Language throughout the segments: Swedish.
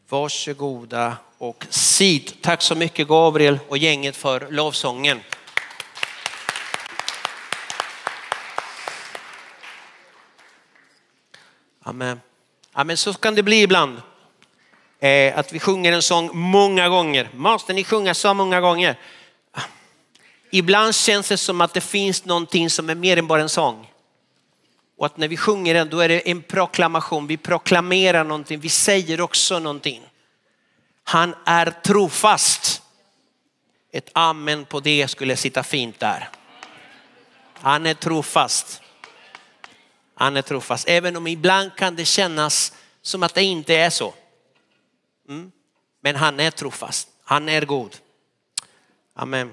Varsågoda och sitt. Tack så mycket Gabriel och gänget för lovsången. Amen. Amen, så kan det bli ibland. Att vi sjunger en sång många gånger. Måste ni sjunga så många gånger? Ibland känns det som att det finns någonting som är mer än bara en sång. Och att när vi sjunger den, då är det en proklamation. Vi proklamerar någonting. Vi säger också någonting. Han är trofast. Ett amen på det skulle sitta fint där. Han är trofast. Han är trofast. Även om ibland kan det kännas som att det inte är så. Men han är trofast. Han är god. Amen.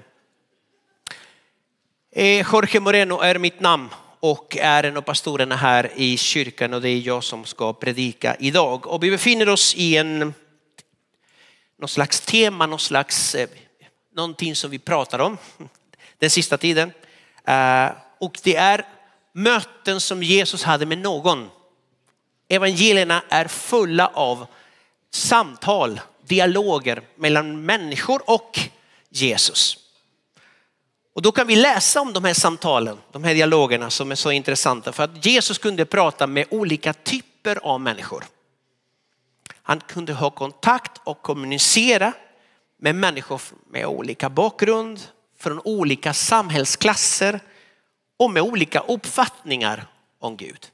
Jorge Moreno är mitt namn. Och är en av pastorerna här i kyrkan. Och det är jag som ska predika idag. Och vi befinner oss i någon slags tema. Någonting som vi pratar om den sista tiden. Och det är möten som Jesus hade med någon. Evangelierna är fulla av samtal, dialoger mellan människor och Jesus. Och då kan vi läsa om de här samtalen, de här dialogerna som är så intressanta. För att Jesus kunde prata med olika typer av människor. Han kunde ha kontakt och kommunicera med människor med olika bakgrund, från olika samhällsklasser och med olika uppfattningar om Gud.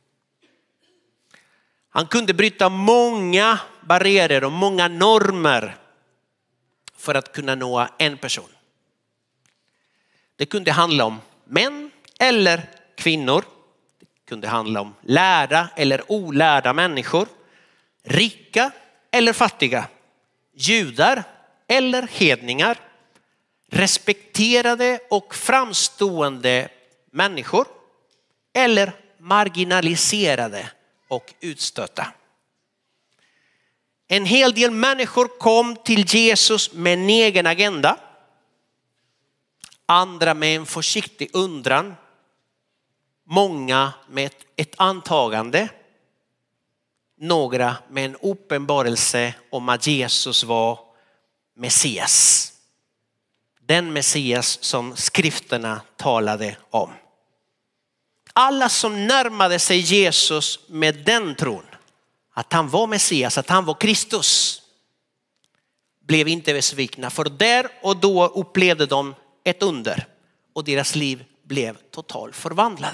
Han kunde bryta många barriärer och många normer för att kunna nå en person. Det kunde handla om män eller kvinnor. Det kunde handla om lärda eller olärda människor. Rika eller fattiga. Judar eller hedningar. Respekterade och framstående människor. Eller marginaliserade och utstötta. En hel del människor kom till Jesus med en egen agenda. Andra med en försiktig undran. Många med ett antagande. Några med en uppenbarelse om att Jesus var Messias. Den Messias som skrifterna talade om. Alla som närmade sig Jesus med den tron att han var Messias, att han var Kristus, blev inte besvikna. För där och då upplevde de ett under och deras liv blev totalt förvandlade.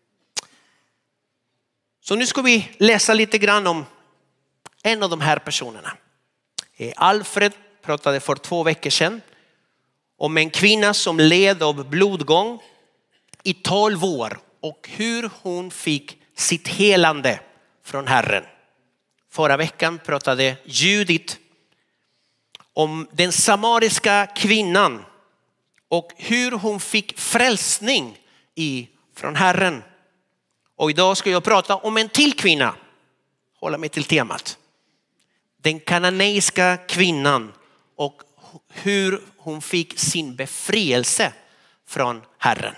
Så nu ska vi läsa lite grann om en av de här personerna. Alfred pratade för 2 veckor sedan om en kvinna som led av blodgång i 12 år och hur hon fick sitt helande från Herren. Förra veckan pratade Judith om den samariska kvinnan och hur hon fick frälsning från Herren. Och idag ska jag prata om en till kvinna. Hålla mig till temat. Den kananeiska kvinnan och hur hon fick sin befrielse från Herren.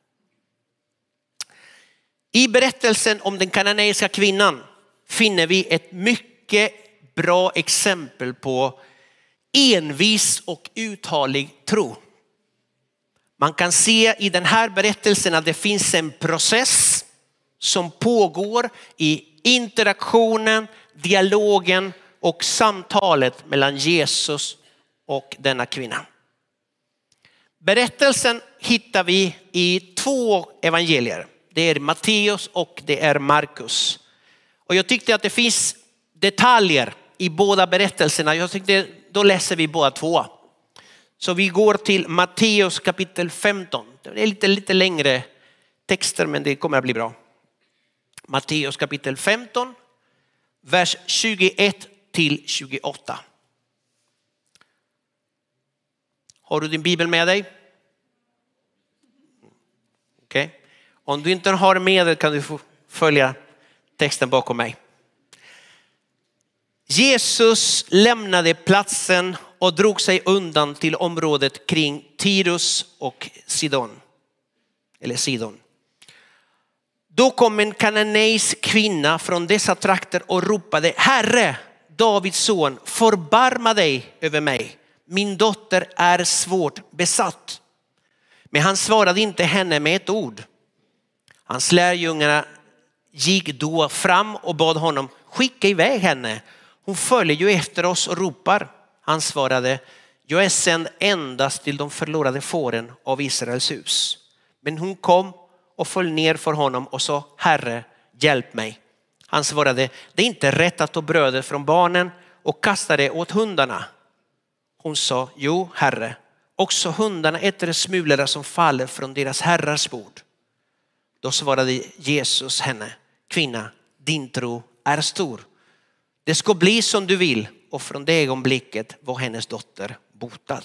I berättelsen om den kananeiska kvinnan finner vi ett mycket bra exempel på envis och uthållig tro. Man kan se i den här berättelsen att det finns en process som pågår i interaktionen, dialogen och samtalet mellan Jesus och denna kvinna. Berättelsen hittar vi i 2 evangelier. Det är Matteus och det är Markus. Och jag tyckte att det finns detaljer i båda berättelserna. Jag tyckte då läser vi båda 2. Så vi går till Matteus kapitel 15. Det är lite längre texter men det kommer att bli bra. Matteus kapitel 15, vers 21 till 28. Har du din bibel med dig? Okej. Om du inte har med dig kan du få följa texten bakom mig. Jesus lämnade platsen och drog sig undan till området kring Tyrus och Sidon. Då kom en kananeisk kvinna från dessa trakter och ropade: Herre, Davids son, förbarma dig över mig. Min dotter är svårt besatt. Men han svarade inte henne med ett ord. Hans lärjungarna gick då fram och bad honom skicka iväg henne. Hon följer ju efter oss och ropar. Han svarade, jag är sänd endast till de förlorade fåren av Israels hus. Men hon kom och föll ner för honom och sa, Herre, hjälp mig. Han svarade, det är inte rätt att ta brödet från barnen och kasta det åt hundarna. Hon sa, jo Herre, också hundarna äter smulorna som faller från deras herrars bord. Då svarade Jesus henne, kvinna, din tro är stor. Det ska bli som du vill. Och från det ögonblicket var hennes dotter botad.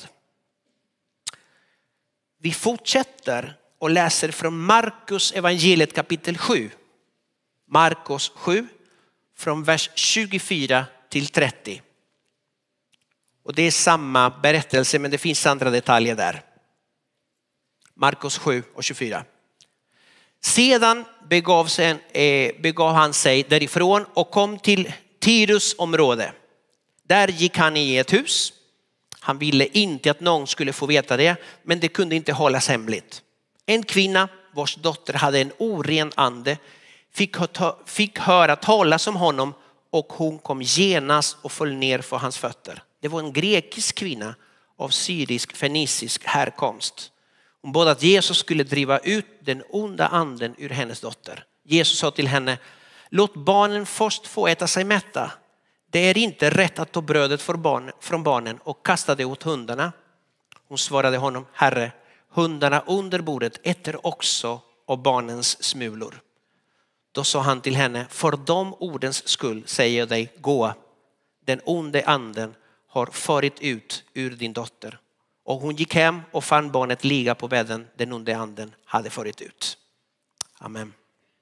Vi fortsätter och läser från Markus evangeliet kapitel 7. Markus 7 från vers 24 till 30. Och det är samma berättelse men det finns andra detaljer där. Markus 7 och 24. Sedan begav han sig därifrån och kom till Tyrus område. Där gick han i ett hus. Han ville inte att någon skulle få veta det, men det kunde inte hållas hemligt. En kvinna vars dotter hade en oren ande fick höra talas om honom och hon kom genast och föll ner för hans fötter. Det var en grekisk kvinna av syrisk-fenicisk härkomst. Hon bad att Jesus skulle driva ut den onda anden ur hennes dotter. Jesus sa till henne, låt barnen först få äta sig mätta. Det är inte rätt att ta brödet från barnen och kasta det åt hundarna. Hon svarade honom, Herre, hundarna under bordet äter också av barnens smulor. Då sa han till henne, för de ordens skull säger jag dig, gå. Den onde anden har farit ut ur din dotter. Och hon gick hem och fann barnet ligga på bädden. Den onde anden hade farit ut. Amen.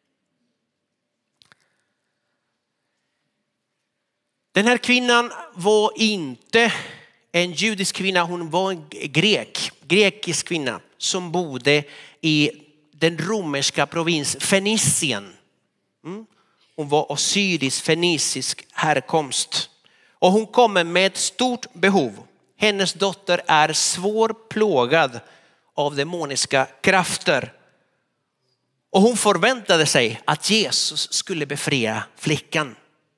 Den här kvinnan var inte en judisk kvinna, hon var en grekisk kvinna som bodde i den romerska provins Fenicien. Hon var av syrisk-fenicisk härkomst och hon kommer med ett stort behov. Hennes dotter är svårplågad av demoniska krafter och hon förväntade sig att Jesus skulle befria flickan.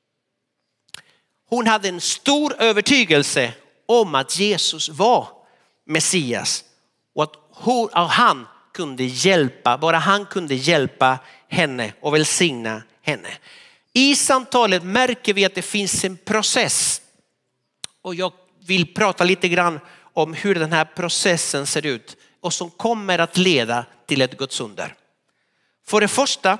Hon hade en stor övertygelse om att Jesus var Messias och att han kunde hjälpa, bara han kunde hjälpa henne och välsigna henne. I samtalet märker vi att det finns en process och jag vill prata lite grann om hur den här processen ser ut och som kommer att leda till ett Guds under. För det första,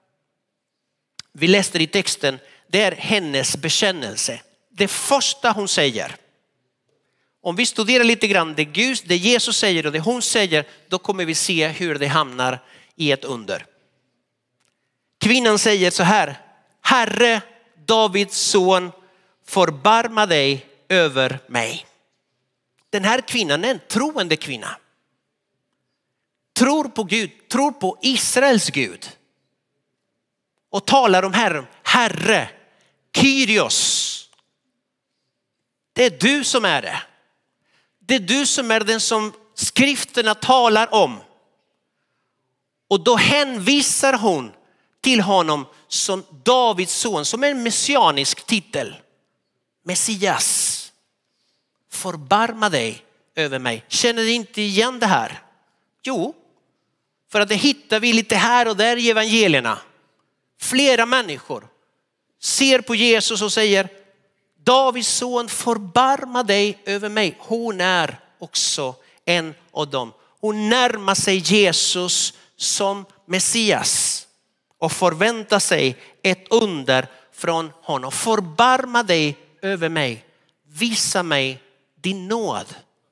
vi läste i texten, det är hennes bekännelse. Det första hon säger. Om vi studerar lite grann det Jesus säger och det hon säger, då kommer vi se hur det hamnar i ett under. Kvinnan säger så här, Herre, Davids son, förbarma dig över mig. Den här kvinnan är en troende kvinna. Tror på Gud, tror på Israels Gud. Och talar om Herren, Herre, Kyrios. Det är du som är det. Det är du som är den som skrifterna talar om. Och då hänvisar hon till honom som Davids son, som är en messianisk titel. Messias. Förbarma dig över mig. Känner du inte igen det här? Jo, för att det hittar vi lite här och där i evangelierna. Flera människor ser på Jesus och säger, Davids son, förbarma dig över mig. Hon är också en av dem. Hon närmar sig Jesus som Messias och förväntar sig ett under från honom. Förbarma dig över mig. Visa mig din nåd.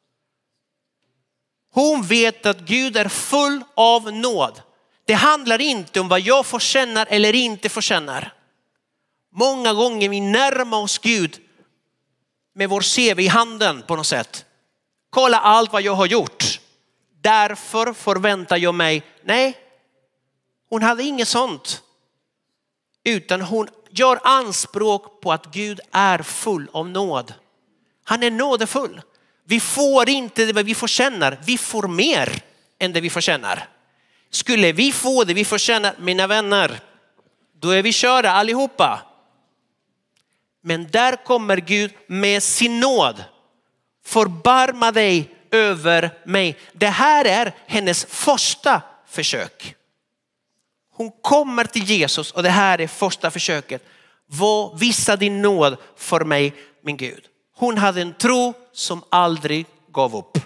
Hon vet att Gud är full av nåd. Det handlar inte om vad jag förtjänar eller inte förtjänar. Många gånger vi närmar oss Gud med vår CV i handen på något sätt. Kolla allt vad jag har gjort. Därför förväntar jag mig. Nej, hon hade inget sånt. Utan hon gör anspråk på att Gud är full av nåd. Han är nådefull. Vi får inte det vi förtjänar. Vi får mer än det vi förtjänar. Skulle vi få det vi förtjänar, mina vänner, då är vi körda allihopa. Men där kommer Gud med sin nåd. Förbarma dig över mig. Det här är hennes första försök. Hon kommer till Jesus och det här är första försöket. Visa din nåd för mig, min Gud. Hon hade en tro som aldrig gav upp.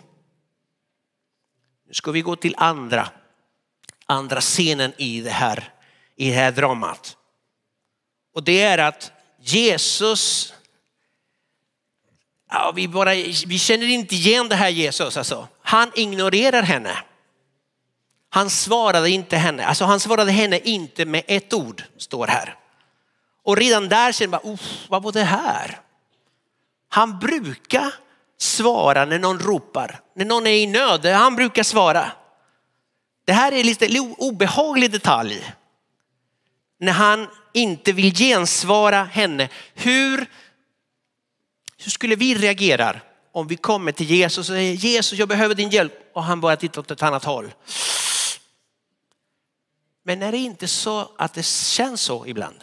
Nu ska vi gå till andra scenen i det här dramat. Och det är att Jesus, vi känner inte igen det här Jesus. Alltså. Han ignorerar henne. Han svarade inte henne. Alltså han svarade henne inte med ett ord, står här. Och redan där känner man, vad var det här? Han brukar svara när någon ropar. När någon är i nöd, han brukar svara. Det här är lite obehaglig detalj. När han inte vill gensvara henne. Hur skulle vi reagera om vi kommer till Jesus och säger Jesus, jag behöver din hjälp. Och han börjar titta åt ett annat håll. Men är det inte så att det känns så ibland?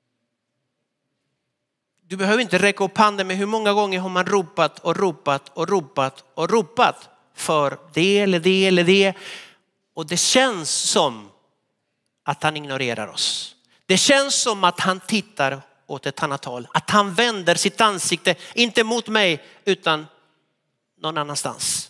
Du behöver inte räcka upp handen med hur många gånger har man ropat för det eller det eller det. Och det känns som att han ignorerar oss. Det känns som att han tittar åt ett annat håll. Att han vänder sitt ansikte, inte mot mig utan någon annanstans.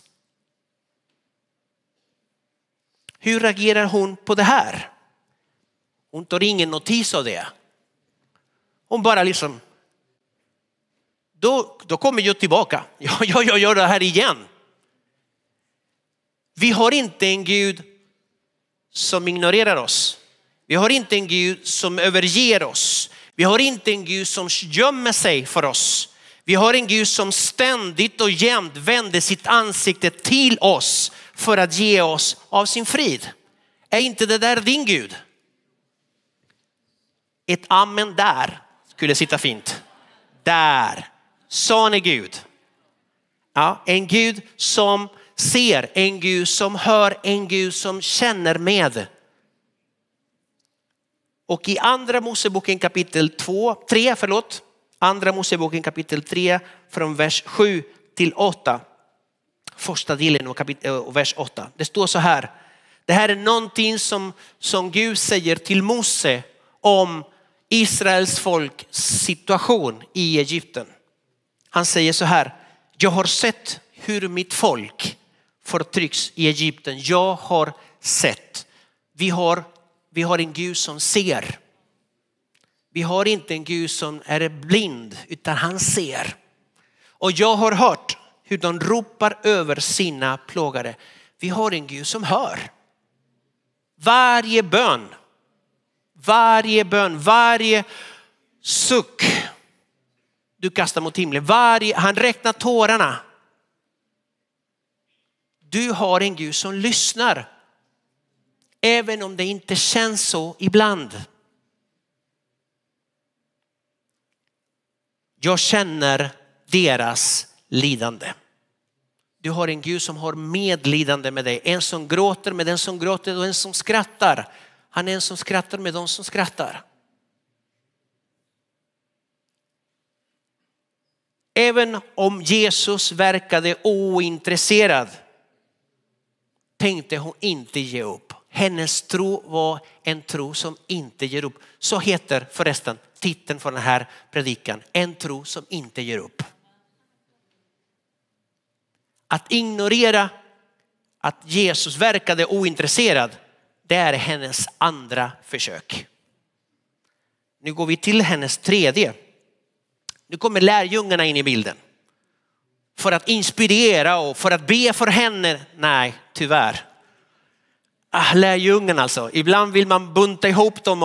Hur reagerar hon på det här? Hon tar ingen notis av det. Hon bara liksom, då kommer jag tillbaka. Jag gör det här igen. Vi har inte en Gud som ignorerar oss. Vi har inte en Gud som överger oss. Vi har inte en Gud som gömmer sig för oss. Vi har en Gud som ständigt och jämt vänder sitt ansikte till oss för att ge oss av sin frid. Är inte det där din Gud? Ett amen där skulle sitta fint. Där. Sån är Gud. Ja, en Gud som ser, en Gud som hör, en Gud som känner med. Och i andra Moseboken kapitel 3, andra Moseboken kapitel 3 från vers 7 till 8. Första delen och vers 8. Det står så här. Det här är någonting som Gud säger till Mose om Israels folks situation i Egypten. Han säger så här. Jag har sett hur mitt folk förtrycks i Egypten. Jag har sett. Vi har en Gud som ser. Vi har inte en Gud som är blind utan han ser. Och jag har hört hur de ropar över sina plågare. Vi har en Gud som hör. Varje bön, varje suck du kastar mot himlen. Han räknar tårarna. Du har en Gud som lyssnar. Även om det inte känns så ibland. Jag känner deras lidande. Du har en Gud som har medlidande med dig. En som gråter med den som gråter och en som skrattar. Han är en som skrattar med de som skrattar. Även om Jesus verkade ointresserad tänkte hon inte ge upp. Hennes tro var en tro som inte ger upp. Så heter förresten titeln för den här predikan. En tro som inte ger upp. Att ignorera att Jesus verkade ointresserad, det är hennes andra försök. Nu går vi till hennes tredje. Nu kommer lärjungarna in i bilden. För att inspirera och för att be för henne. Nej, tyvärr. Lärjungarna alltså. Ibland vill man bunta ihop dem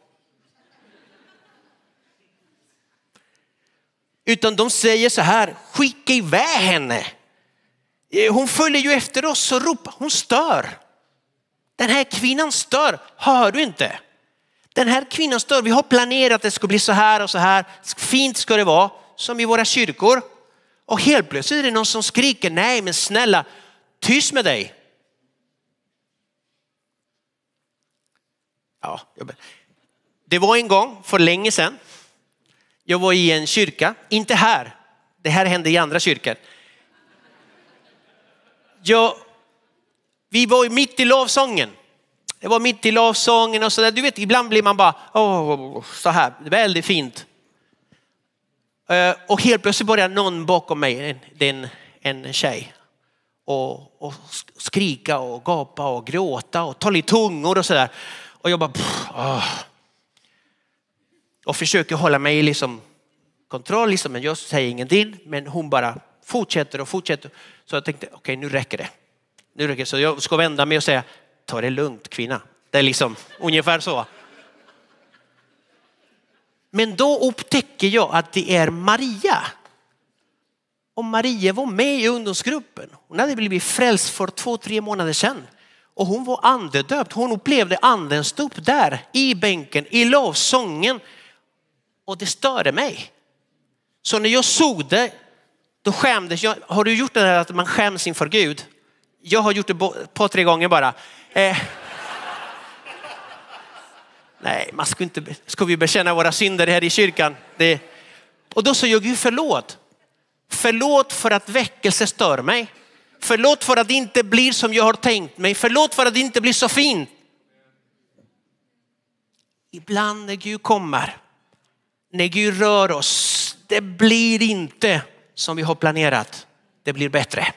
utan de säger så här. Skicka iväg henne. Hon följer ju efter oss och ropar. Hon stör. Den här kvinnan stör. Hör du inte? Den här kvinnan står, vi har planerat att det ska bli så här och så här. Fint ska det vara, som i våra kyrkor. Och helt plötsligt är det någon som skriker, nej men snälla, tyst med dig. Ja, det var en gång för länge sedan. Jag var i en kyrka, inte här. Det här hände i andra kyrkor. Vi var mitt i lovsången. Det var mitt i lovsången och så där. Du vet, ibland blir man bara så här, väldigt fint. Och helt plötsligt börjar någon bakom mig, en tjej, och skrika och gapa och gråta och ta i tungor och så där. Och jag bara och försöker hålla mig liksom kontroll, liksom, men jag säger ingenting, men hon bara fortsätter och fortsätter. Så jag tänkte, okej, nu räcker det. Nu räcker det. Så jag ska vända mig och säga, ta det lugnt kvinna. Det är liksom ungefär så. Men då upptäcker jag att det är Maria. Och Maria var med i ungdomsgruppen. Hon hade blivit frälst för 2-3 månader sedan. Och hon var andedöpt. Hon upplevde anden stå upp där i bänken, i lovsången. Och det störde mig. Så när jag såg det, då skämdes jag. Har du gjort det där att man skäms inför Gud? Jag har gjort det 2-3 gånger bara. Nej, man ska vi bekänna våra synder här i kyrkan. Och då sa jag, Gud förlåt. Förlåt för att väckelse stör mig. Förlåt för att det inte blir som jag har tänkt mig. Förlåt för att det inte blir så fint. Ibland när Gud kommer, när Gud rör oss, det blir inte som vi har planerat. Det blir bättre.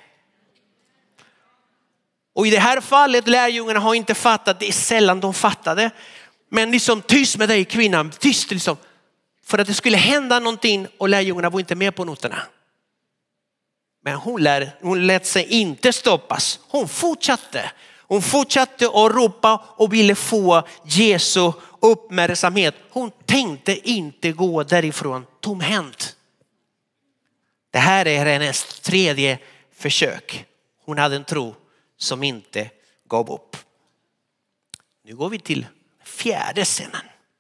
Och i det här fallet, lärjungarna har inte fattat. Det är sällan de fattade. Men liksom, tyst med dig kvinnan. Tyst liksom. För att det skulle hända någonting och lärjungarna var inte med på noterna. Men hon lät sig inte stoppas. Hon fortsatte. Hon fortsatte att ropa och ville få Jesu uppmärksamhet. Hon tänkte inte gå därifrån tomhänt. Det här är hennes 3:e försök. Hon hade en tro som inte gav upp. Nu går vi till 4:e scenen.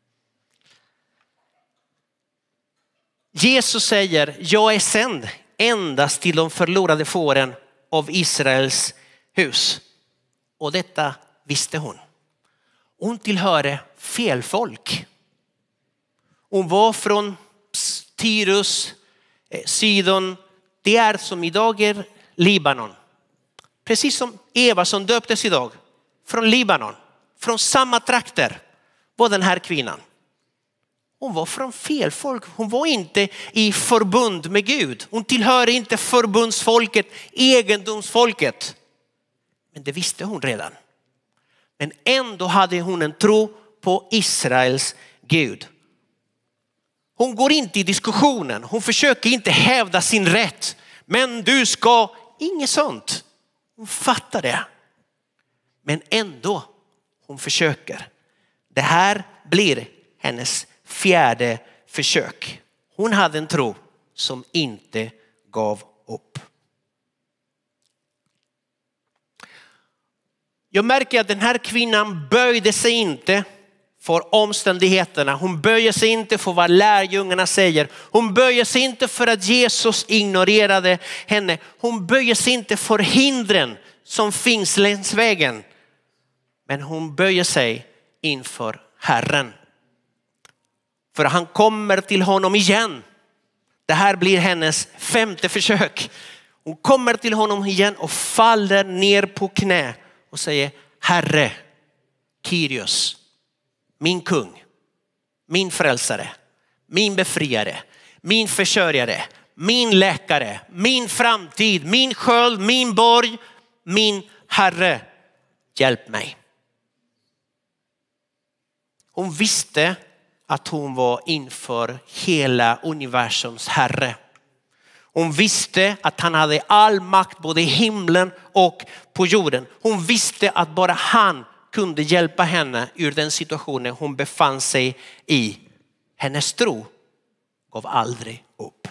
Jesus säger, jag är sänd endast till de förlorade fåren av Israels hus. Och detta visste hon. Hon tillhörde fel folk. Hon var från Tyrus, Sidon. Det är som idag är Libanon. Precis som Eva som döptes idag. Från Libanon. Från samma trakter var den här kvinnan. Hon var från fel folk. Hon var inte i förbund med Gud. Hon tillhör inte förbundsfolket, egendomsfolket. Men det visste hon redan. Men ändå hade hon en tro på Israels Gud. Hon går inte i diskussionen. Hon försöker inte hävda sin rätt. Men du ska, inget sånt. Hon fattar det. Men ändå, hon försöker. Det här blir hennes 4:e försök. Hon hade en tro som inte gav upp. Jag märker att den här kvinnan böjde sig inte för omständigheterna. Hon böjer sig inte för vad lärjungarna säger. Hon böjer sig inte för att Jesus ignorerade henne. Hon böjer sig inte för hindren som finns längs vägen. Men hon böjer sig inför Herren. För han kommer till honom igen. Det här blir hennes 5:e försök. Hon kommer till honom igen och faller ner på knä och säger, Herre, Kyrios, min kung, min frälsare, min befriare, min försörjare, min läkare, min framtid, min sköld, min borg, min Herre, hjälp mig. Hon visste att hon var inför hela universums Herre. Hon visste att han hade all makt både i himlen och på jorden. Hon visste att bara han kunde hjälpa henne ur den situationen hon befann sig i. Hennes tro gav aldrig upp.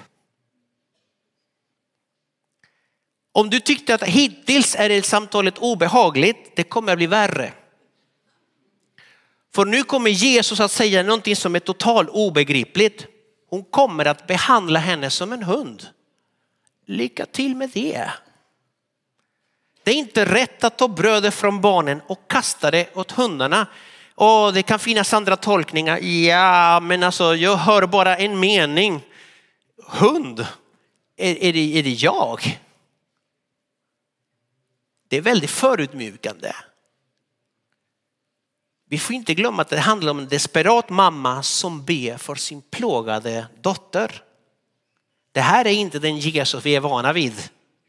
Om du tyckte att hittills är det samtalet obehagligt, det kommer att bli värre. För nu kommer Jesus att säga någonting som är totalt obegripligt. Hon kommer att behandla henne som en hund. Lycka till med det. Det är inte rätt att ta brödet från barnen och kasta det åt hundarna. Och det kan finnas andra tolkningar. Ja, men alltså jag hör bara en mening. Hund? Är det jag? Det är väldigt förutmjukande. Vi får inte glömma att det handlar om en desperat mamma som ber för sin plågade dotter. Det här är inte den Jesus vi är vana vid.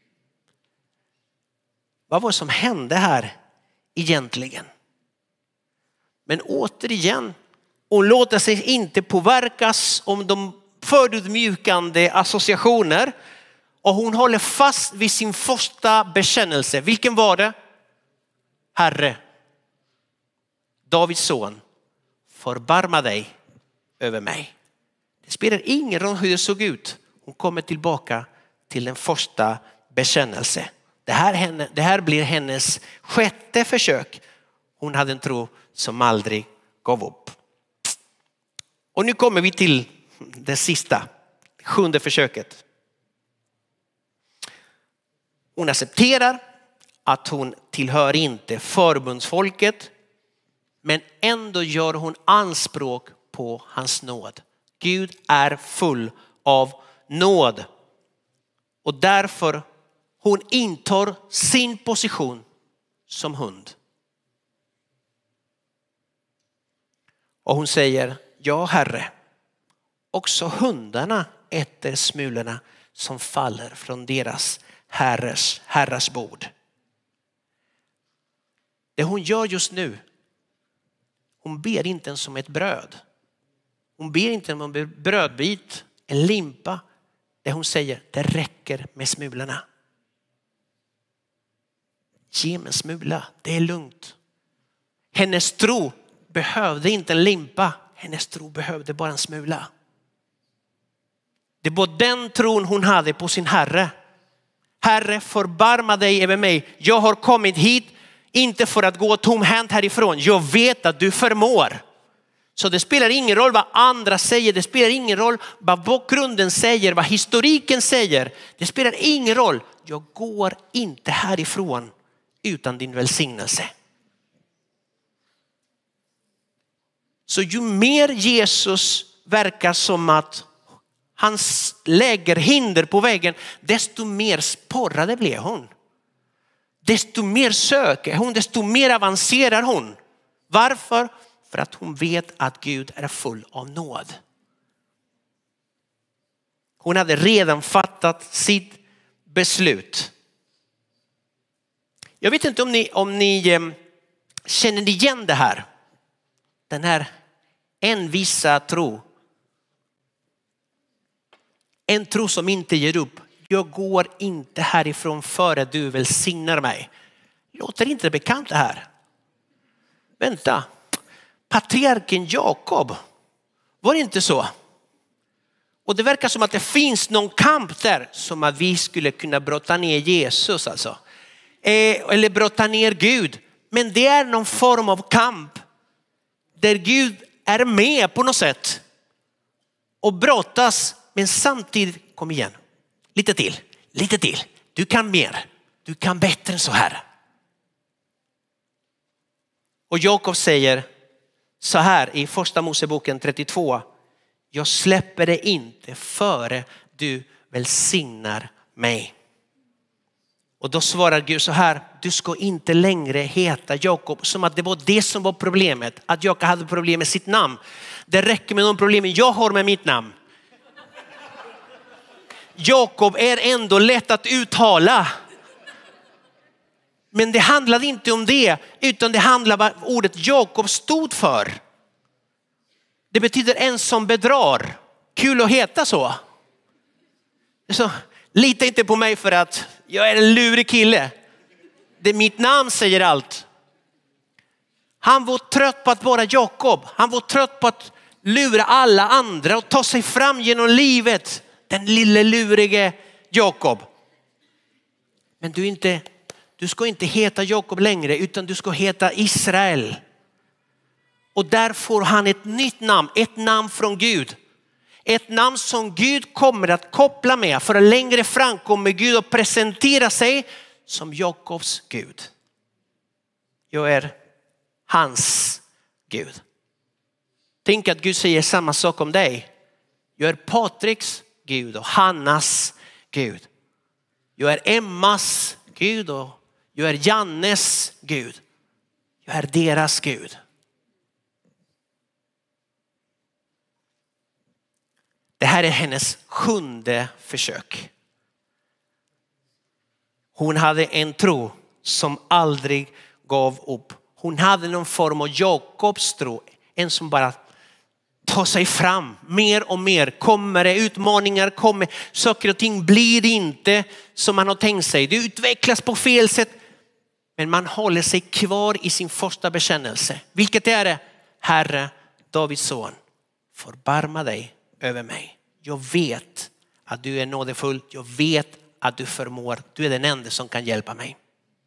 Vad var det som hände här egentligen? Men återigen, hon låter sig inte påverkas om de förutmjukande associationer. Och hon håller fast vid sin första bekännelse. Vilken var det? Herre, Davids son, förbarma dig över mig. Det spelar ingen roll hur det såg ut. Hon kommer tillbaka till den första bekännelse. Det här blir hennes sjätte försök. Hon hade en tro som aldrig gav upp. Och nu kommer vi till det sista, sjunde försöket. Hon accepterar att hon tillhör inte förbundsfolket, men ändå gör hon anspråk på hans nåd. Gud är full av nåd. Och därför hon intar sin position som hund. Och hon säger, ja Herre, också hundarna äter smulorna som faller från deras herras bord. Det hon gör just nu, hon ber inte ens om ett bröd. Hon ber inte om en brödbit, en limpa. Det hon säger, det räcker med smulorna. Ge mig en smula, det är lugnt. Hennes tro behövde inte en limpa. Hennes tro behövde bara en smula. Det var den tron hon hade på sin Herre. Herre, förbarma dig över mig. Jag har kommit hit inte för att gå tomhänt härifrån. Jag vet att du förmår. Så det spelar ingen roll vad andra säger. Det spelar ingen roll vad bakgrunden säger. Vad historiken säger. Det spelar ingen roll. Jag går inte härifrån utan din välsignelse. Så ju mer Jesus verkar som att han lägger hinder på vägen, desto mer sporrade blir hon. Desto mer söker hon, desto mer avancerar hon. Varför? För att hon vet att Gud är full av nåd. Hon hade redan fattat sitt beslut. Jag vet inte om ni känner igen det här. Den här envisa tro. En tro som inte ger upp. Jag går inte härifrån före du välsignar mig. Låter inte bekant det här? Vänta. Patriarken Jakob. Var det inte så? Och det verkar som att det finns någon kamp där. Som att vi skulle kunna brotta ner Jesus alltså. Eller brotta ner Gud. Men det är någon form av kamp. Där Gud är med på något sätt. Och brottas. Men samtidigt, kom igen. Lite till. Du kan mer. Du kan bättre än så här. Och Jakob säger så här i första Moseboken 32. Jag släpper det inte före du välsignar mig. Och då svarar Gud så här. Du ska inte längre heta Jakob. Som att det var det som var problemet. Att Jakob hade problem med sitt namn. Det räcker med de problemen jag har med mitt namn. Jakob är ändå lätt att uttala. Men det handlade inte om det. Utan det handlar vad ordet Jakob stod för. Det betyder en som bedrar. Kul att heta så. Så lita inte på mig för att jag är en lurig kille. Det är mitt namn säger allt. Han var trött på att vara Jakob. Han var trött på att lura alla andra och ta sig fram genom livet. Den lille lurige Jakob. Men du ska inte heta Jakob längre utan du ska heta Israel. Och där får han ett nytt namn, ett namn från Gud. Ett namn som Gud kommer att koppla med, för längre fram kommer Gud att presentera sig som Jakobs Gud. Jag är hans Gud. Tänk att Gud säger samma sak om dig. Jag är Patriks Gud och Hannas Gud. Jag är Emmas Gud och jag är Jannes Gud. Jag är deras Gud. Det här är hennes 7:e försök. Hon hade en tro som aldrig gav upp. Hon hade någon form av Jakobs tro. En som bara tar sig fram mer och mer. Kommer det utmaningar, kommer saker och ting blir inte som man har tänkt sig. Det utvecklas på fel sätt. Men man håller sig kvar i sin första bekännelse. Vilket är det? Herre, Davids son, förbarma dig över mig. Jag vet att du är nådefull. Jag vet att du förmår. Du är den enda som kan hjälpa mig.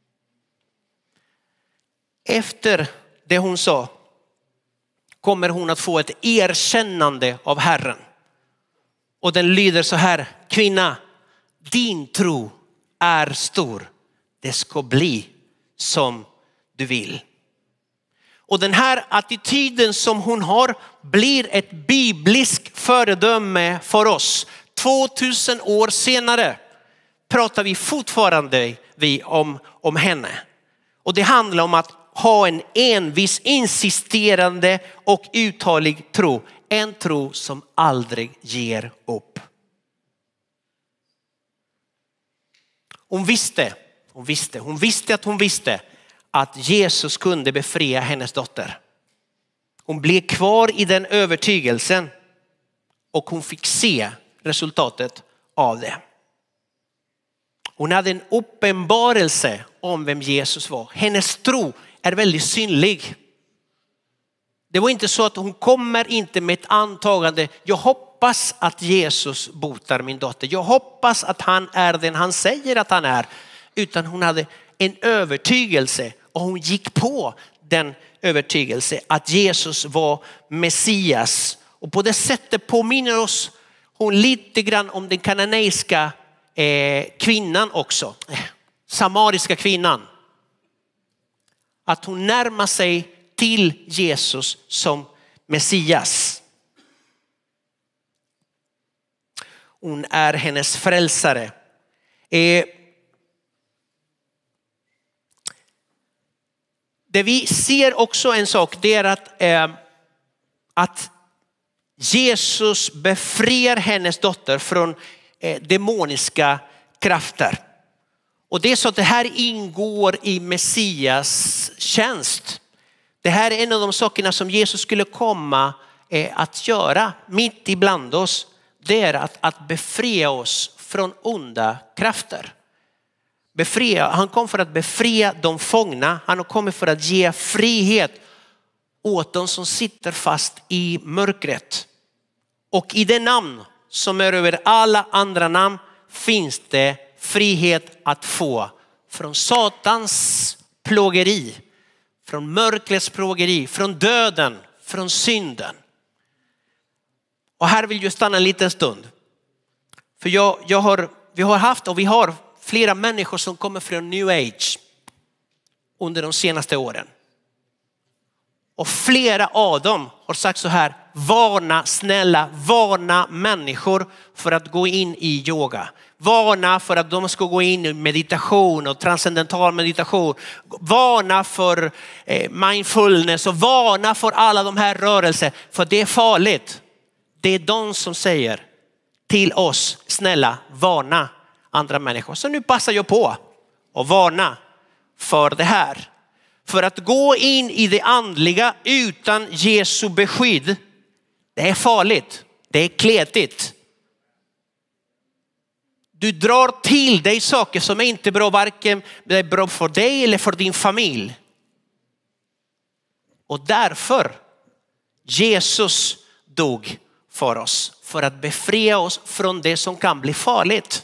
Efter det hon sa kommer hon att få ett erkännande av Herren. Och den lyder så här: kvinna, din tro är stor. Det ska bli som du vill. Och den här attityden som hon har blir ett bibliskt föredöme för oss. 2000 år senare pratar vi fortfarande om henne. Och det handlar om att ha en envis, insisterande och uthållig tro. En tro som aldrig ger upp. Hon visste att Jesus kunde befria hennes dotter. Hon blev kvar i den övertygelsen och hon fick se resultatet av det. Hon hade en uppenbarelse om vem Jesus var. Hennes tro är väldigt synlig. Det var inte så att hon kommer inte med ett antagande. Jag hoppas att Jesus botar min dotter. Jag hoppas att han är den han säger att han är. Utan hon hade en övertygelse och hon gick på den övertygelse att Jesus var Messias. Och på det sättet påminner oss hon lite grann om den kananeiska kvinnan också. Samariska kvinnan. Att hon närmar sig till Jesus som Messias. Hon är hennes frälsare. Det vi ser också en sak, det är att Jesus befriar hennes dotter från demoniska krafter. Och det är så att det här ingår i Messias tjänst. Det här är en av de sakerna som Jesus skulle komma att göra mitt ibland oss. Det är att befria oss från onda krafter. Han kom för att befria de fångna. Han har kommit för att ge frihet åt de som sitter fast i mörkret. Och i det namn som är över alla andra namn finns det frihet att få från Satans plågeri, från mörkrets plågeri, från döden, från synden. Och här vill jag stanna en liten stund. För vi har haft och vi har flera människor som kommer från New Age under de senaste åren. Och flera av dem har sagt så här: varna människor för att gå in i yoga. Varna för att de ska gå in i meditation och transcendental meditation. Varna för mindfulness och varna för alla de här rörelser. För det är farligt. Det är de som säger till oss: snälla, varna andra människor. Så nu passar jag på att varna för det här. För att gå in i det andliga utan Jesu beskydd, det är farligt. Det är kletigt. Du drar till dig saker som är inte bra, varken är bra för dig eller för din familj. Och därför Jesus dog för oss. För att befria oss från det som kan bli farligt.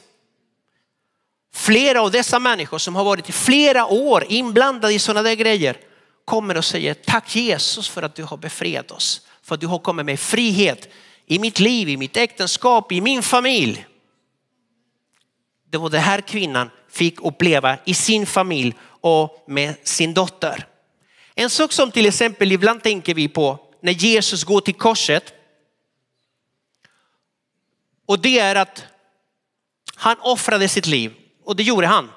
Flera av dessa människor som har varit i flera år inblandade i sådana där grejer kommer och säger tack Jesus för att du har befriat oss. För att du har kommit med frihet i mitt liv, i mitt äktenskap, i min familj. Det var det här kvinnan fick uppleva i sin familj och med sin dotter. En sak som till exempel ibland tänker vi på när Jesus går till korset. Och det är att han offrade sitt liv. Och det gjorde han.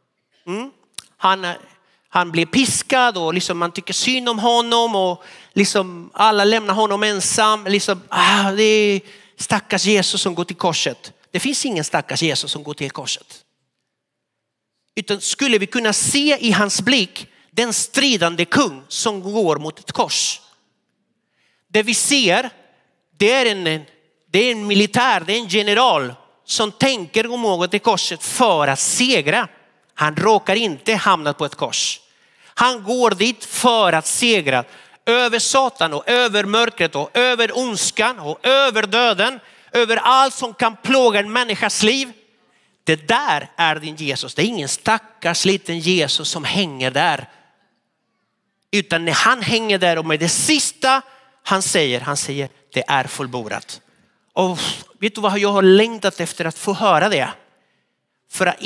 Han blev piskad och liksom man tycker synd om honom. Och liksom alla lämnar honom ensam. Liksom, det är stackars Jesus som går till korset. Det finns ingen stackars Jesus som går till korset. Utan skulle vi kunna se i hans blick den stridande kung som går mot ett kors. Det vi ser, det är en militär, det är en general som tänker gå mot ett korset för att segra. Han råkar inte hamna på ett kors. Han går dit för att segra över Satan och över mörkret och över ondskan och över döden. Över allt som kan plåga en människas liv. Det där är din Jesus. Det är ingen stackars liten Jesus som hänger där. Utan när han hänger där och med det sista han säger det är fullbordat. Och vet du vad jag har längtat efter att få höra det? För att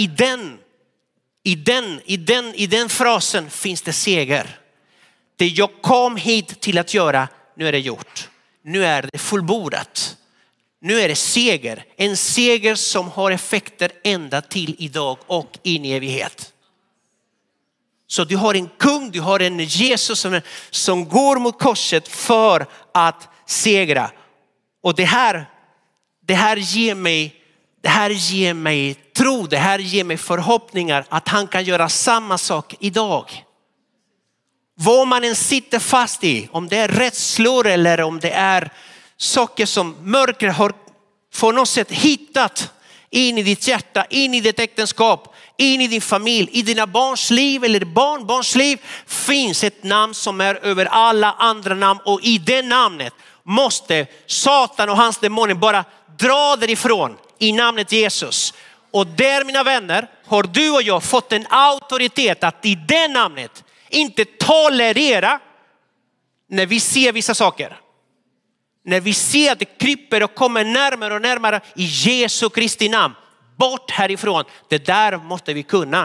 i den frasen finns det seger. Det jag kom hit till att göra, nu är det gjort. Nu är det fullbordat. Nu är det seger. En seger som har effekter ända till idag och in i evighet. Så du har en kung, du har en Jesus som går mot korset för att segra. Och det här ger mig tro, det här ger mig förhoppningar att han kan göra samma sak idag. Vad man än sitter fast i, om det är rädslor eller om det är saker som mörker har på något sätt hittat in i ditt hjärta, in i ditt äktenskap, in i din familj, i dina barns liv eller barnbarns liv, finns ett namn som är över alla andra namn. Och i det namnet måste Satan och hans demoner bara dra därifrån i namnet Jesus. Och där, mina vänner, har du och jag fått en auktoritet att i det namnet inte tolerera när vi ser vissa saker. När vi ser att det kryper och kommer närmare och närmare i Jesu Kristi namn. Bort härifrån. Det där måste vi kunna.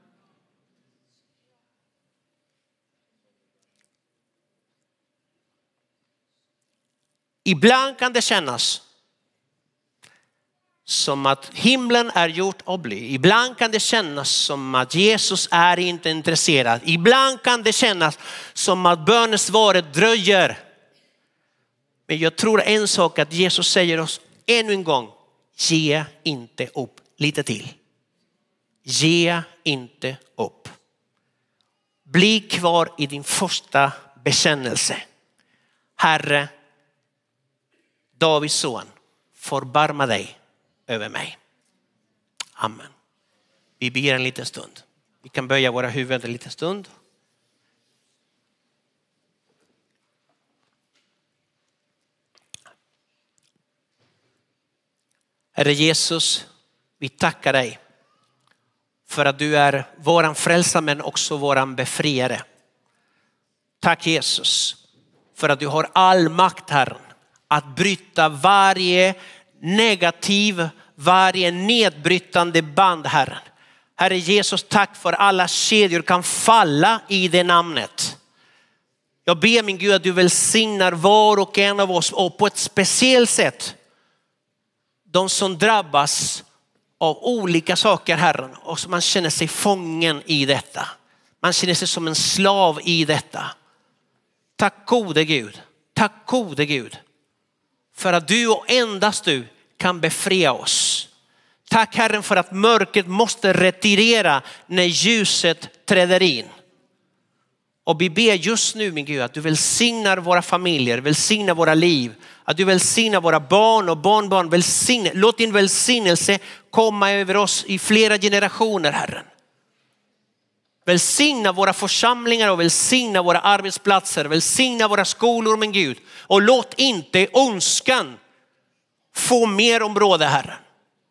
Ibland kan det kännas som att himlen är gjort av bly. Ibland kan det kännas som att Jesus är inte intresserad. Ibland kan det kännas som att bönesvaret dröjer. Men jag tror en sak att Jesus säger oss ännu en gång. Ge inte upp. Lite till. Ge inte upp. Bli kvar i din första bekännelse. Herre, Davids son, förbarma dig över mig. Amen. Vi ber en liten stund. Vi kan böja våra huvuden en liten stund. Herre Jesus, vi tackar dig för att du är våran frälsare men också våran befriare. Tack Jesus för att du har all makt, Herren, att bryta varje negativ, varje nedbrytande band, Herren. Herre Jesus, tack för alla kedjor kan falla i det namnet. Jag ber min Gud att du välsignar var och en av oss och på ett speciellt sätt de som drabbas av olika saker, Herren, och som man känner sig fången i detta. Man känner sig som en slav i detta. Tack gode Gud. Tack gode Gud. För att du och endast du kan befria oss. Tack Herren för att mörkret måste retirera när ljuset träder in. Och vi ber just nu min Gud att du välsignar våra familjer, välsignar våra liv. Att du välsignar våra barn och barnbarn. Låt din välsignelse komma över oss i flera generationer, Herren. Välsigna våra församlingar och välsigna våra arbetsplatser. Välsigna våra skolor, min Gud. Och låt inte ondskan få mer område, Herren.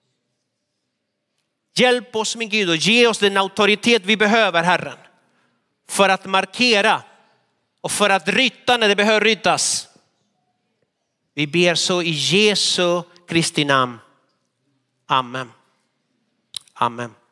Hjälp oss min Gud och ge oss den auktoritet vi behöver, Herren. För att markera Och för att rytta när det behöver ryttas. Vi ber så i Jesu Kristi namn. Amen. Amen.